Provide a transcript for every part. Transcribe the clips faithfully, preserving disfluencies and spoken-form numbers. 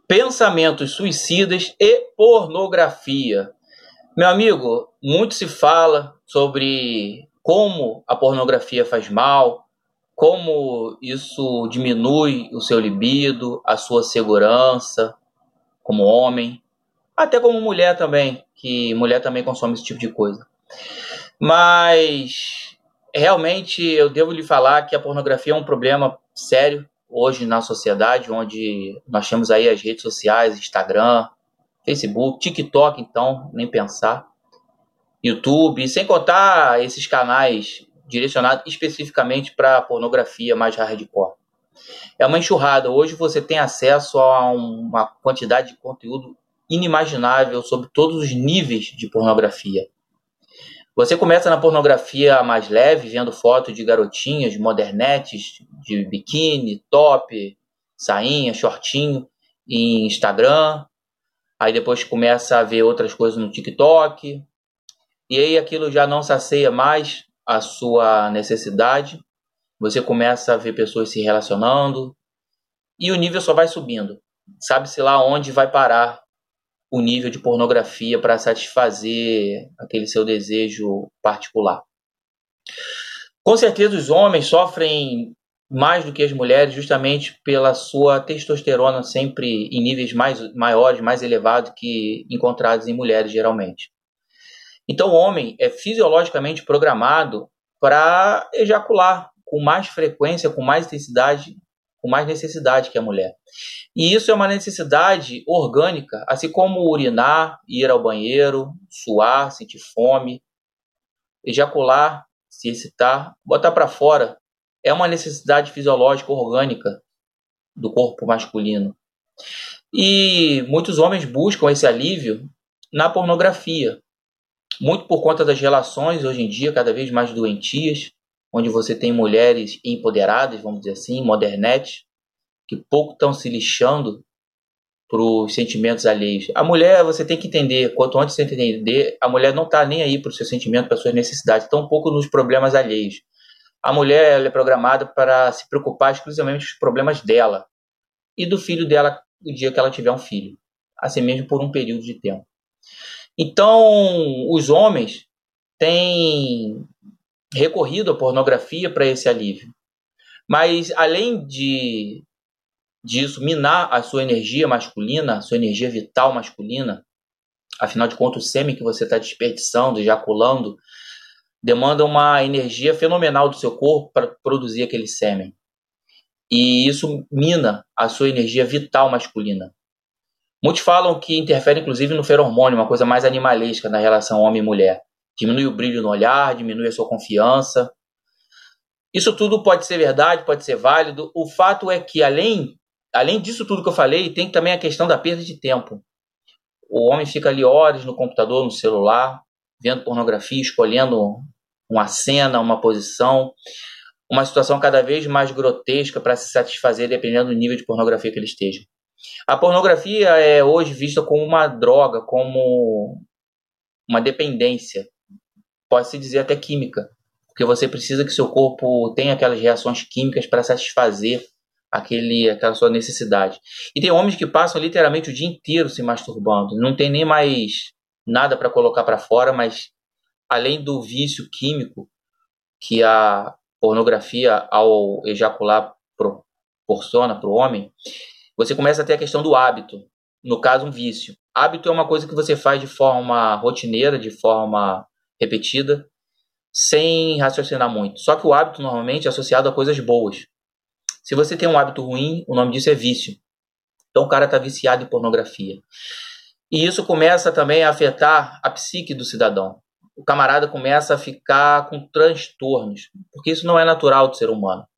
Pensamentos suicidas e pornografia. Meu amigo, muito se fala sobre como a pornografia faz mal, como isso diminui o seu libido, a sua segurança como homem, até como mulher também, que mulher também consome esse tipo de coisa. Mas realmente eu devo lhe falar que a pornografia é um problema sério hoje na sociedade, onde nós temos aí as redes sociais, Instagram, Facebook, TikTok, então, nem pensar, YouTube, sem contar esses canais direcionados especificamente para pornografia mais hardcore. É uma enxurrada. Hoje você tem acesso a uma quantidade de conteúdo inimaginável sobre todos os níveis de pornografia. Você começa na pornografia mais leve, vendo fotos de garotinhas, modernetes, de biquíni, top, sainha, shortinho, em Instagram. Aí depois começa a ver outras coisas no TikTok. E aí aquilo já não sacia mais a sua necessidade. Você começa a ver pessoas se relacionando. E o nível só vai subindo. Sabe-se lá onde vai parar o nível de pornografia para satisfazer aquele seu desejo particular. Com certeza os homens sofrem mais do que as mulheres justamente pela sua testosterona sempre em níveis mais, maiores, mais elevados que encontrados em mulheres geralmente. Então o homem é fisiologicamente programado para ejacular com mais frequência, com mais intensidade, com mais necessidade que a mulher. E isso é uma necessidade orgânica, assim como urinar, ir ao banheiro, suar, sentir fome, ejacular, se excitar, botar para fora. É uma necessidade fisiológica orgânica do corpo masculino. E muitos homens buscam esse alívio na pornografia, muito por conta das relações hoje em dia cada vez mais doentias, onde você tem mulheres empoderadas, vamos dizer assim, modernetes, que pouco estão se lixando para os sentimentos alheios. A mulher, você tem que entender, quanto antes você entender, a mulher não está nem aí para o seu sentimento, para as suas necessidades, tão pouco nos problemas alheios. A mulher ela é programada para se preocupar exclusivamente com os problemas dela e do filho dela o dia que ela tiver um filho, assim mesmo por um período de tempo. Então, os homens têm recorrido à pornografia para esse alívio. Mas, além de disso minar a sua energia masculina, a sua energia vital masculina, afinal de contas o sêmen que você está desperdiçando, ejaculando, demanda uma energia fenomenal do seu corpo para produzir aquele sêmen. E isso mina a sua energia vital masculina. Muitos falam que interfere inclusive no feromônio, uma coisa mais animalesca na relação homem e mulher. Diminui o brilho no olhar, diminui a sua confiança. Isso tudo pode ser verdade, pode ser válido. O fato é que, além, além disso tudo que eu falei, tem também a questão da perda de tempo. O homem fica ali horas no computador, no celular, vendo pornografia, escolhendo uma cena, uma posição, uma situação cada vez mais grotesca para se satisfazer, dependendo do nível de pornografia que ele esteja. A pornografia é hoje vista como uma droga, como uma dependência, pode-se dizer até química, porque você precisa que seu corpo tenha aquelas reações químicas para satisfazer aquele, aquela sua necessidade. E tem homens que passam literalmente o dia inteiro se masturbando, não tem nem mais nada para colocar para fora, mas além do vício químico que a pornografia ao ejacular proporciona para o homem, você começa a ter a questão do hábito, no caso um vício. Hábito é uma coisa que você faz de forma rotineira, de forma repetida, sem raciocinar muito. Só que o hábito normalmente é associado a coisas boas. Se você tem um hábito ruim, o nome disso é vício. Então o cara está viciado em pornografia. E isso começa também a afetar a psique do cidadão. O camarada começa a ficar com transtornos, porque isso não é natural do ser humano.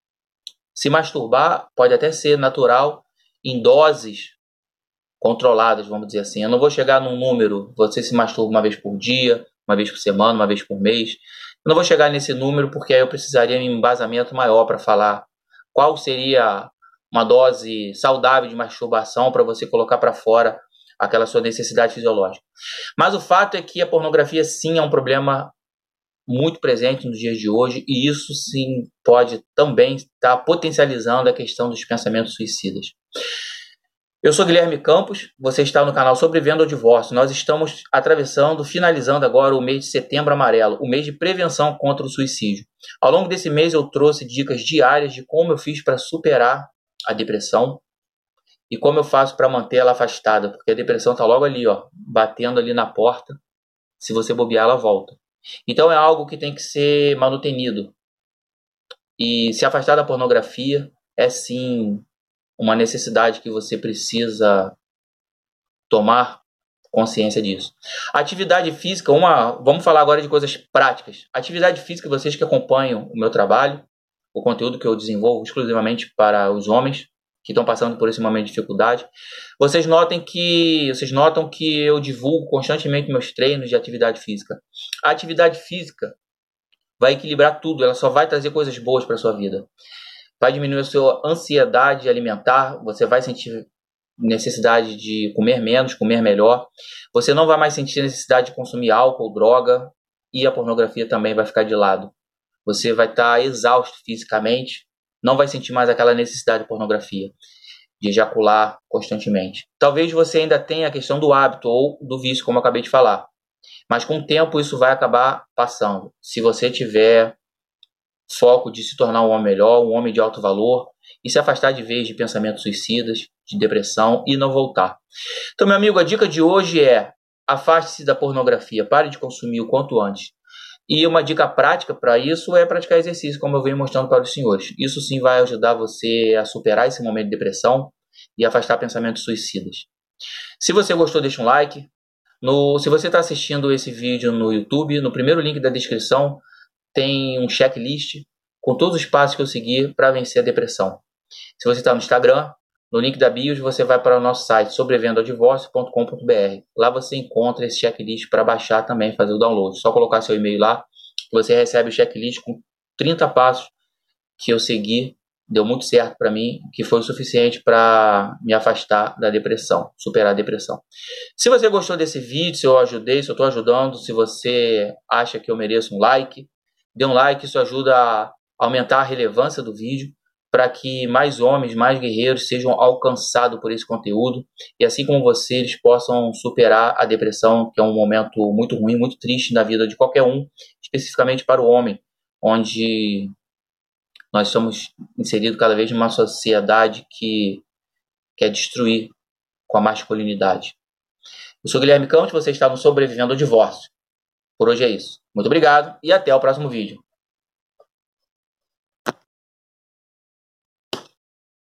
Se masturbar pode até ser natural em doses controladas, vamos dizer assim. Eu não vou chegar num número, você se masturba uma vez por dia, uma vez por semana, uma vez por mês. Eu não vou chegar nesse número porque aí eu precisaria de um embasamento maior para falar qual seria uma dose saudável de masturbação para você colocar para fora aquela sua necessidade fisiológica. Mas o fato é que a pornografia sim é um problema muito presente nos dias de hoje e isso sim pode também estar potencializando a questão dos pensamentos suicidas. Eu sou Guilherme Campos, você está no canal Sobrevivendo ao Divórcio. Nós estamos atravessando, finalizando agora o mês de Setembro Amarelo, o mês de prevenção contra o suicídio. Ao longo desse mês eu trouxe dicas diárias de como eu fiz para superar a depressão e como eu faço para manter ela afastada, porque a depressão está logo ali, ó, batendo ali na porta. Se você bobear, ela volta. Então é algo que tem que ser manutenido. E se afastar da pornografia é sim uma necessidade que você precisa tomar consciência disso. Atividade física, uma, vamos falar agora de coisas práticas. Atividade física, vocês que acompanham o meu trabalho, o conteúdo que eu desenvolvo exclusivamente para os homens que estão passando por esse momento de dificuldade, vocês notem que, vocês notam que eu divulgo constantemente meus treinos de atividade física. A atividade física vai equilibrar tudo, ela só vai trazer coisas boas para a sua vida. Vai diminuir a sua ansiedade alimentar, você vai sentir necessidade de comer menos, comer melhor. Você não vai mais sentir necessidade de consumir álcool, droga, e a pornografia também vai ficar de lado. Você vai estar exausto fisicamente, não vai sentir mais aquela necessidade de pornografia, de ejacular constantemente. Talvez você ainda tenha a questão do hábito ou do vício, como eu acabei de falar. Mas com o tempo isso vai acabar passando. Se você tiver foco de se tornar um homem melhor, um homem de alto valor e se afastar de vez de pensamentos suicidas, de depressão e não voltar. Então, meu amigo, a dica de hoje é: afaste-se da pornografia, pare de consumir o quanto antes. E uma dica prática para isso é praticar exercício, como eu venho mostrando para os senhores. Isso sim vai ajudar você a superar esse momento de depressão e afastar pensamentos suicidas. Se você gostou, deixa um like. No, se você está assistindo esse vídeo no YouTube, no primeiro link da descrição tem um checklist com todos os passos que eu segui para vencer a depressão. Se você está no Instagram, no link da bio você vai para o nosso site sobrevivendo ao divórcio ponto com ponto br. Lá você encontra esse checklist para baixar também, fazer o download. Só colocar seu e-mail lá, você recebe o checklist com trinta passos que eu segui, deu muito certo para mim, que foi o suficiente para me afastar da depressão, superar a depressão. Se você gostou desse vídeo, se eu ajudei, se eu estou ajudando, se você acha que eu mereço um like, dê um like, isso ajuda a aumentar a relevância do vídeo para que mais homens, mais guerreiros sejam alcançados por esse conteúdo e assim como você, eles possam superar a depressão, que é um momento muito ruim, muito triste na vida de qualquer um, especificamente para o homem, onde nós somos inseridos cada vez numa sociedade que quer destruir com a masculinidade. Eu sou Guilherme Campos, você está no Sobrevivendo ao Divórcio. Por hoje é isso. Muito obrigado e até o próximo vídeo.